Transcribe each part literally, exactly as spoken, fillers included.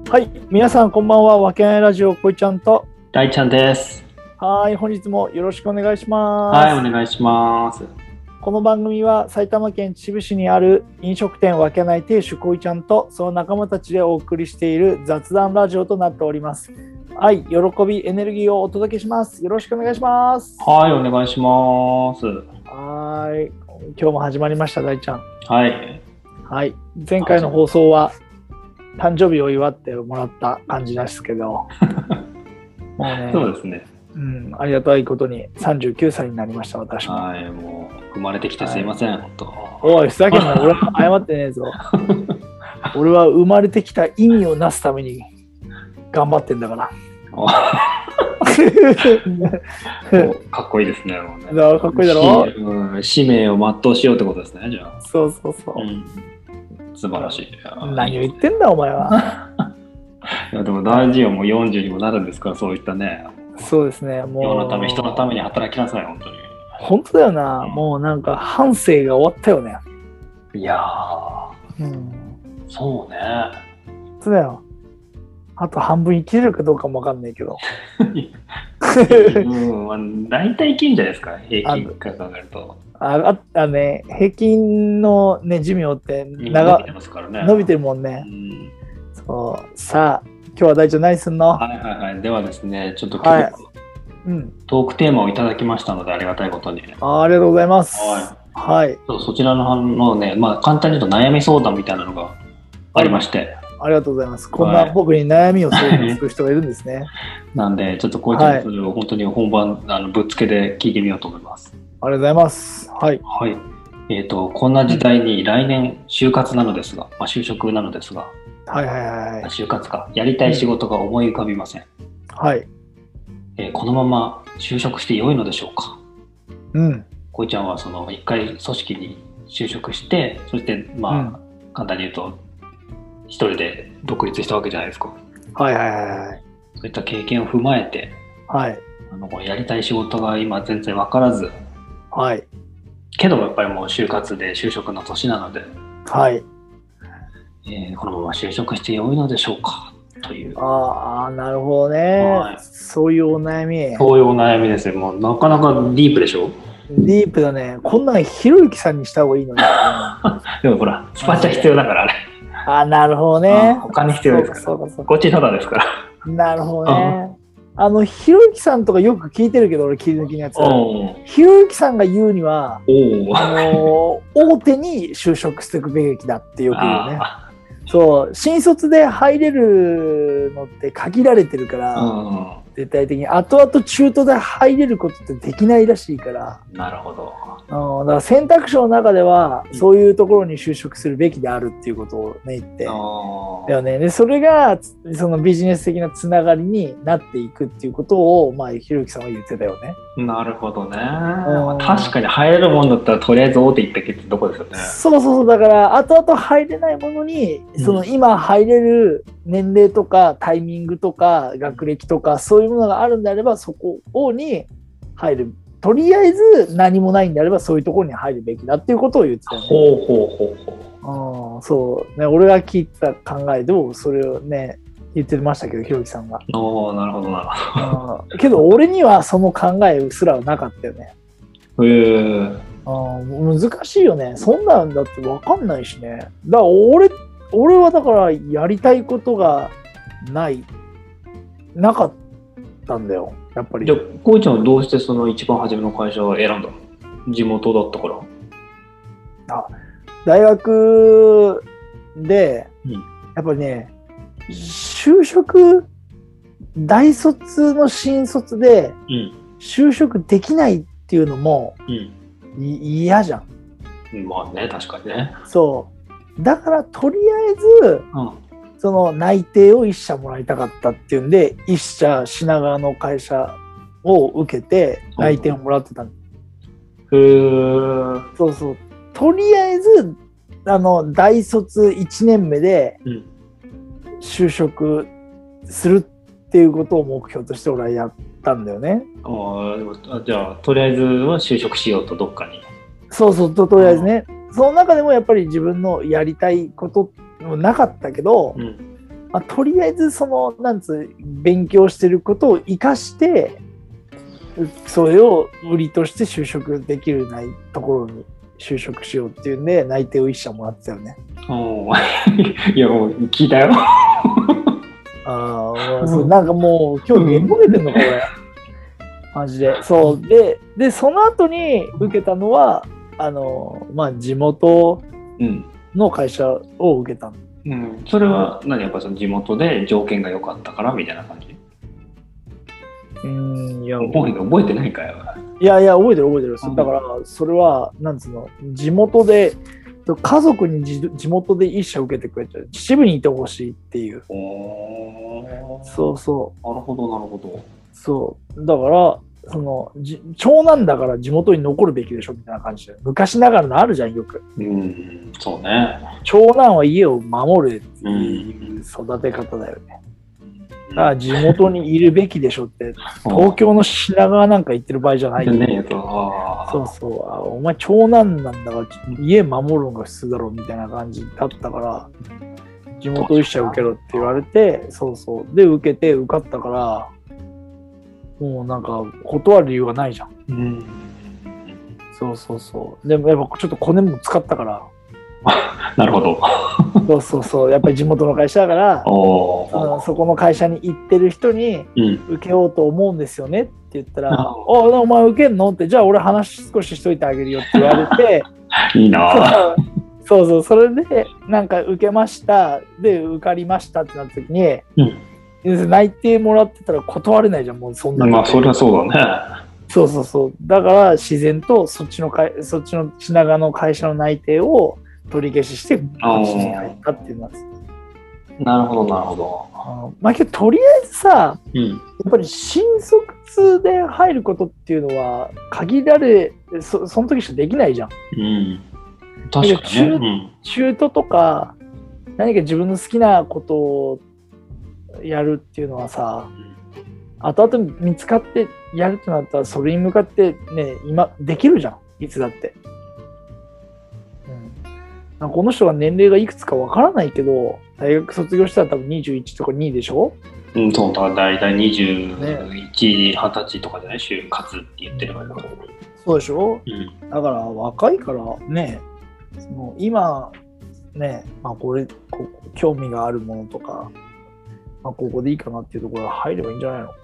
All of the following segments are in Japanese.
はい、皆さんこんばんは。わけないラジオこいちゃんと大ちゃんです。 はい、本日もよろしくお願いします。 はい、お願いします。 この番組は埼玉県秩父市にある飲食店わけない亭主こいちゃんとその仲間たちでお送りしている雑談ラジオとなっております。愛、喜び、エネルギーをお届けします。よろしくお願いします。 はい、お願いします。 はい、今日も始まりました大ちゃん。 はい。 はい、前回の放送は誕生日を祝ってもらった感じですけどもうね、 そうですね、 うん、ありがたいことにさんじゅうきゅうさいになりました。私も。 はい、もう生まれてきてすいません、はい、本当。 おい、ふざけんな、俺は謝ってねえぞ俺は生まれてきた意味をなすために頑張ってんだからかっこいいですね。もうね、 だかっこいいだろ。 使、うん、使命を全うしようってことですね。じゃあそうそうそう、うん、 素晴らしい。 何を言ってんだお前はいやでも大事よ、もうよんじゅうにもなるんですから、そういったね。 そうですね、もう世のため人のために働きなさい。本当に本当だよな、うん、もうなんか半生が終わったよね。 いやー、うん、そうね、 そうだよ。あと半分生きれるかどうかもわかんないけどうん、まあ、大体生きるんじゃないですか、平均から考えると。 ああね、平均の、ね、寿命って長伸びてますからね。伸びてるもんね、うん、そうさあ今日は大ちゃん何すんの。 はいはいはい。ではですね、ちょっと今日、はい、うん、トークテーマをいただきましたので、ありがたいことに。 あ、ありがとうございます。はい、はい、 そ, そちらののね、まあ、簡単に言うと悩み相談みたいなのがありまして、はい、 ありがとうございます。こんな僕に悩みを相談する人がいるんですねなんでちょっとこういったそれを本当に本番、はい、あのぶっつけで聞いてみようと思います。 ありがとうございます。はい、 はい。えーと、こんな時代に来年就活なのですが、まあ、就職なのですが、 はいはいはい、 就活か、やりたい仕事が思い浮かびません、 うん、はい、 えー、このまま就職して良いのでしょうか。 うん、 こいちゃんはその一回組織に就職して、そしてまあ、うん、簡単に言うと一人で独立したわけじゃないですか。 はいはいはい。 そういった経験を踏まえて、 はい、 あのやりたい仕事が今全然分からず、 はい、 けどもやっぱりもう就活で就職の年なので、 はい、 えー、このまま就職して良いのでしょうかという。 ああ、なるほどね、はい、そういうお悩み。 そういうお悩みですよ。もうなかなかディープでしょ。 ディープだね。こんなんひろゆきさんにした方がいいのに、ね、 でもほらスパチャ必要だからあれ。 あ、なるほどね。 他に必要ですから。こっちただですから。 なるほどね。あのひろゆきさんとかよく聞いてるけど、俺切り抜きのやつ。ひろゆきさんが言うには、あの大手に就職していくべきだってよく言うね。そう、新卒で入れるのって限られてるから、絶対的に後々中途で入れることってできないらしいから。なるほど。 うん、だから選択肢の中ではそういうところに就職するべきであるっていうことをね言って、だよね。でそれがそのビジネス的なつながりになっていくっていうことを、まあ、ひろゆきさんは言ってたよね。 なるほどね。まあ、確かに入れるもんだったらとりあえず大手行ったけどどこですよね。 そうそうそう。だから後々入れないものに、その今入れる年齢とかタイミングとか学歴とかそういうものがあるんであればそこに入る。とりあえず何もないんであればそういうところに入るべきだっていうことを言ってたよね。 ほうほうほうほう。うん、そうね、俺が聞いた考えでもそれをね言ってましたけど、ひろゆきさんが。 おー、なるほどなるほど。けど俺にはその考えすらなかったよね。 へえ。 難しいよね。そんなんだって分かんないしね。だから俺俺はだからやりたいことがないなかったんだよ。やっぱり。 じゃあこいちゃんはどうしてその一番初めの会社を選んだの？地元だったから。 あ、大学で、うん、やっぱりね、就職大卒の新卒で就職できないっていうのも嫌、うん、じゃん。 まあね、確かにね。 そうだからとりあえず、うん、その内定を一社もらいたかったっていうんで一社品川の会社を受けて内定をもらってたの。 へー。 そうそう。とりあえずあの大卒いちねんめで就職するっていうことを目標として俺はやったんだよね。 ああ、じゃあとりあえずは就職しようとどっかに。 そうそう、と, とりあえずね。その中でもやっぱり自分のやりたいこともなかったけど、うん、 まあ、とりあえずそのなんつう勉強してることを生かしてそれを売りとして就職できるないところに就職しようっていうんで内定を一社もらってたよね。 おいやもう聞いたよ。 ああ、そうなんかもう今日寝ぼけてんのこれマジで。そうででその後に受けたのはあのまあ地元の会社を受けたの。 うん、それは何やっぱその地元で条件が良かったからみたいな感じ？ うんいや覚えて覚えてないかよ。 いやいや覚えてる覚えてる。だからそれはなんつうの地元で家族に地元で一社受けてくれて秩父にいてほしいっていう。 おそうそう。 なるほどなるほど。 そうだからその長男だから地元に残るべきでしょみたいな感じで昔ながらのあるじゃんよく。 うんそうね。 長男は家を守るっていう育て方だよね。だから地元にいるべきでしょって東京の品川なんか行ってる場合じゃないよね。そうそうあお前長男なんだから家守るのが普通だろうみたいな感じだったから地元一社受けろって言われてそうそうで受けて受かったからもうなんか断る理由がないじゃん。うん、そうそうそうでもやっぱちょっとコネも使ったからなるほどそうそうそうやっぱり地元の会社だからそ, そこの会社に行ってる人に受けようと思うんですよねって言ったら、うん、お, お前受けんのってじゃあ俺話少ししといてあげるよって言われていいなそうそうそれでなんか受けましたで受かりましたってなった時に、うん、内定もらってたら断れないじゃんもうそんなまあそれはそうだね。 そうそうそうだから自然とそっちの会そっちの品川の会社の内定を取り消ししてこっちに入ったっていうのです。 なるほどなるほど。 まあけどとりあえずさ、うん、やっぱり新卒で入ることっていうのは限られ そ, その時しかできないじゃん。うん、 確かにね、 中、うん、中途とか何か自分の好きなことをやるっていうのはさ、うん、後々見つかってやるとなったらそれに向かってね今できるじゃんいつだって。この人が年齢がいくつかわからないけど大学卒業したら多分にじゅういちとかにでしょ。 うん、そうだだいたいにじゅういち、はたちとかじゃない就活って言ってればいいのかな。 そうでしょ、うん、だから若いからねその今ね、まあ、これこ興味があるものとか、まあ、ここでいいかなっていうところが入ればいいんじゃないの。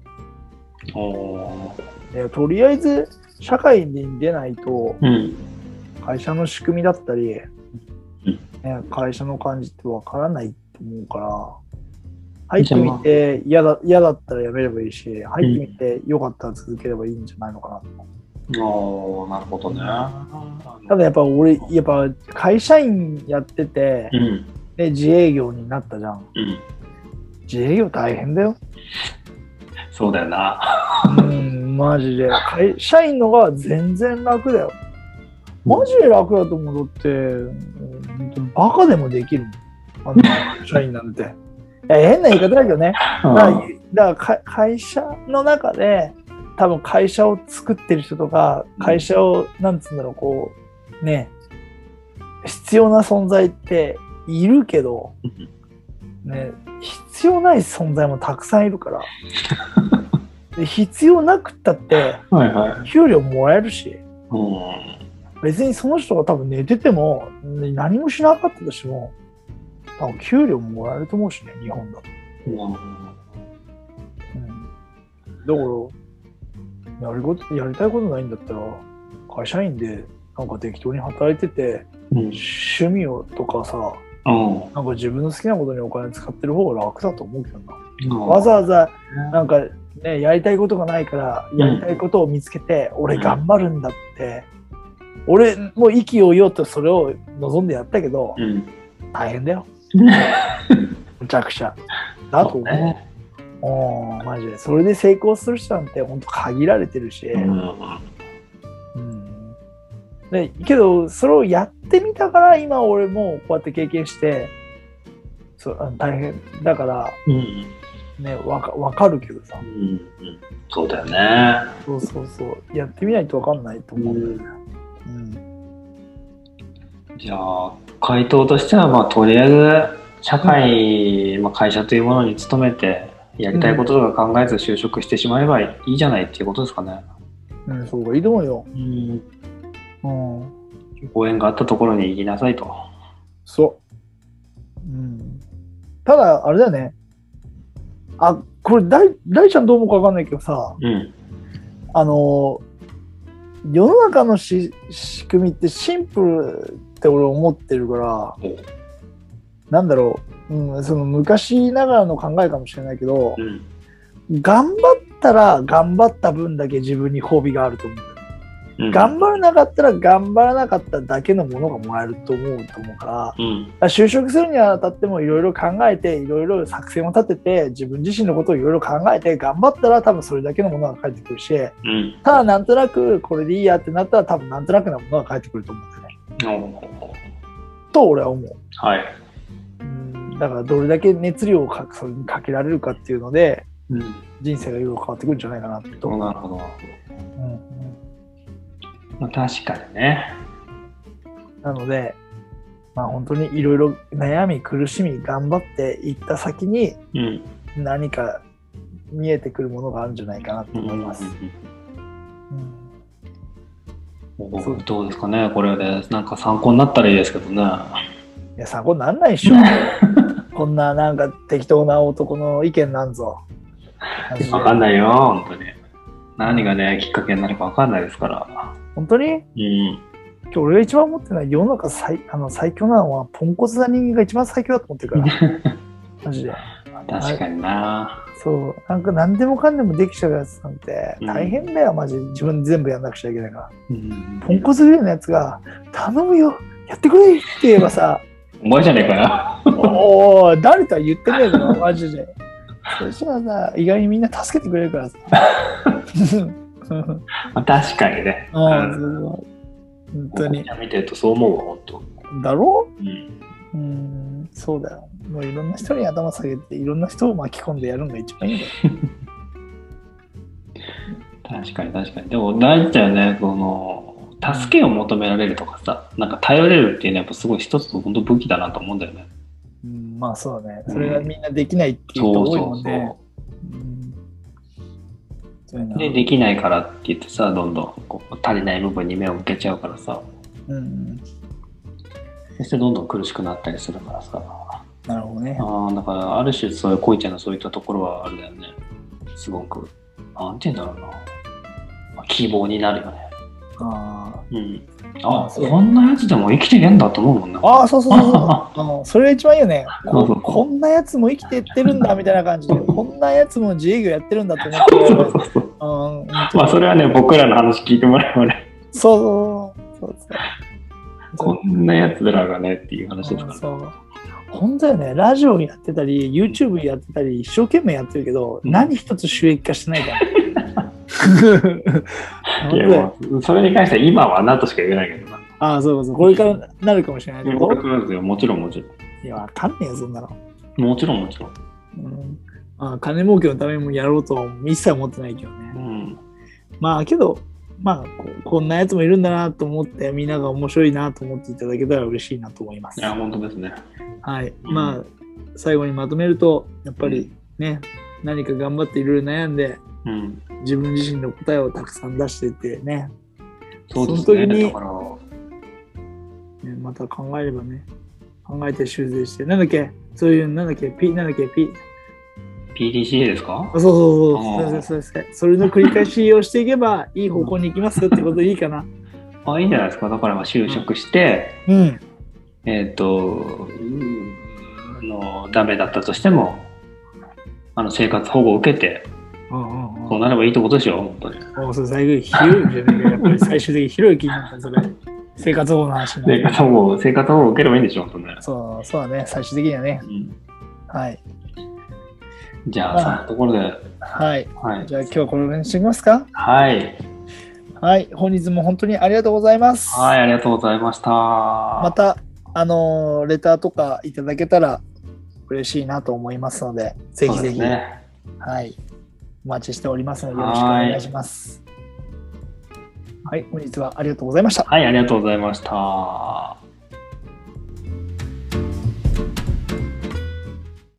おーとりあえず社会に出ないと、うん、会社の仕組みだったりね、会社の感じってわからないと思うから入ってみて嫌だ、嫌だったらやめればいいし入ってみてよかったら続ければいいんじゃないのかなと。 ああなるほどね。 ただやっぱ俺やっぱ会社員やってて、うん、で自営業になったじゃん、うん、自営業大変だよ。 そうだよなうんマジで会社員のが全然楽だよ。マジで楽だと思う。だってバカでもできるもんあの社員なんて。いや変な言い方だけどね。だからだから会社の中で多分会社を作ってる人とか会社をなんつうんだろうこうね必要な存在っているけど、ね、必要ない存在もたくさんいるからで必要なくったって給料もらえるし。はい別にその人が多分寝てても何もしなかったとしても多分給料ももらえると思うしね日本だと、うんうん、だからやることやりたいことないんだったら会社員でなんか適当に働いてて、うん、趣味をとかさ、うん、なんか自分の好きなことにお金使ってる方が楽だと思うけどな、うん、わざわざなんかねやりたいことがないからやりたいことを見つけて、うん、俺頑張るんだって俺も意気揚々とそれを望んでやったけど、うん、大変だよむちゃくちゃだと思う、ね、おマジでそれで成功する人なんて本当限られてるし、うんうん、でけどそれをやってみたから今俺もこうやって経験してそ大変だから、うんね、わか、わかるけどさ、うんうん、 そうだよねそうそうそうやってみないとわかんないと思うんだよね、うんうん、 じゃあ回答としてはまあとりあえず社会、まあ、会社というものに勤めて、やりたいこととか考えず就職してしまえばいいじゃないっていうことですかね。 うん、そうがいいと思うよ。 うん。 うん。 ご縁があったところに行きなさいと。 そう。うん。ただ、あれだよね。あ、これ大、大ちゃんどう思うかわかんないけどさ、 うん。 あの、世の中のし仕組みってシンプルって俺思ってるから、なんだろう、うん、その昔ながらの考えかもしれないけど、うん、頑張ったら頑張った分だけ自分に褒美があると思う。うん、頑張らなかったら頑張らなかっただけのものがもらえると思うと思うから、うん、就職するにあたってもいろいろ考えていろいろ作戦を立てて自分自身のことをいろいろ考えて頑張ったら多分それだけのものが返ってくるし、うん、ただなんとなくこれでいいやってなったら多分なんとなくなものが返ってくると思うんだよね。と俺は思う。 はい。 うん、だからどれだけ熱量をかそれにかけられるかっていうので、うん、人生がいろいろ変わってくるんじゃないかなと。 なるほど。うんまあ、確かにね。 なので、まあ、本当にいろいろ悩み苦しみ頑張っていった先に何か見えてくるものがあるんじゃないかなと思います。 どうですかね、これでなんか参考になったらいいですけどね。 いや参考にならないでしょこんななんか適当な男の意見なんぞ。 分かんないよ本当に。何がねきっかけになるか分かんないですから。 本当に、うん、今日俺が一番思ってるのは世の中 最, あの最強なのはポンコツな人間が一番最強だと思ってるからマジで。 確かにな。 そうなんか何でもかんでもできちゃうやつなんて大変だよ、うん、マジで自分で全部やんなくちゃいけないから、うん、ポンコツぐらいのやつが頼むよやってくれって言えばさお前じゃねえかなおお誰とは言ってねえからマジで。そしたらさ意外にみんな助けてくれるからさ確かにね。 ああ、そうそう。本当に。 見てるとそう思うわ、本当。 だろう、うん、うん、そうだよ。もういろんな人に頭下げて、いろんな人を巻き込んでやるのが一番いいんだよ。 確かに確かに。でも大事だよね、この、助けを求められるとかさ、なんか頼れるっていうのはやっぱすごい一つの本当武器だなと思うんだよね。 うん、まあそうだね。それがみんなできないっていう人多いもんね。そうそうそう。 でできないからって言ってさどんどんこう足りない部分に目を向けちゃうからさ、うん、そしてどんどん苦しくなったりするからさ。 なるほどね。 あだからある種そういうこいちゃんのそういったところはあれだよね。すごくなんて言うんだろうな、まあ、希望になるよね。ああ、うん。あ、こんなやつでも生きてけんだと思うもんな。 ああ、そうそうそうそう。それが一番いいよね。こ, こんなやつも生きてってるんだみたいな感じで、こんなやつも自営業やってるんだと思ってる。そうそうそう。 うん、まあそれはね僕らの話聞いてもらえばね。 そうそうそうそう。こんなやつらがねっていう話ですから、ね。そう本当よね。ラジオやってたり YouTube やってたり一生懸命やってるけど、うん、何一つ収益化してないから。 いやもうそれに関しては今は何としか言えないけどな。 ああそうそうこれからなるかもしれないけど。 これからですよもちろんもちろん。 いやわかんねえよそんなの。 もちろんもちろん。 うん、まあ金儲けのためにもやろうとは一切思ってないけどね。うん、まあけどまあこ, こんなやつもいるんだなと思ってみんなが面白いなと思っていただけたら嬉しいなと思います。 いや本当ですね。 はい、うん、まあ最後にまとめるとやっぱりね、うん、何か頑張っていろいろ悩んで。うん、自分自身の答えをたくさん出していってね、 そうですね、 その時にだから、 ね、また考えればね、考えて修正して、なんだっけ、そういう、なんだっけ、P、なんだっけ、P。 ピーディーシーエー ですか？ そうそうそう、そうそうそう、それの繰り返しをしていけば、いい方向に行きますよってことでいいかな。 あ、いいんじゃないですか。だからまあ就職して、うん、えっと、あの、ダメだったとしても、あの生活保護を受けて、うんうん、そうなればいいってことでしょ、本当に。 おそれ最後に広いじゃないか、やっぱり最終的に広い気になった、それ。生活保護の話になる。 生活保護、生活保護を受ければいいんでしょ、本当ね。 そう、そうだね、最終的にはね。うん、はい。 じゃあ、そんなところで。はい。 はい、じゃあ、今日はこの辺にしておきますか。 はい。 はい、本日も本当にありがとうございます。 はい、ありがとうございました。 また、あのー、レターとかいただけたら嬉しいなと思いますので、ぜひぜひ。ね、はい。お待ちしておりますのでよろしくお願いします。はい、はい、本日はありがとうございました。 はい、ありがとうございました。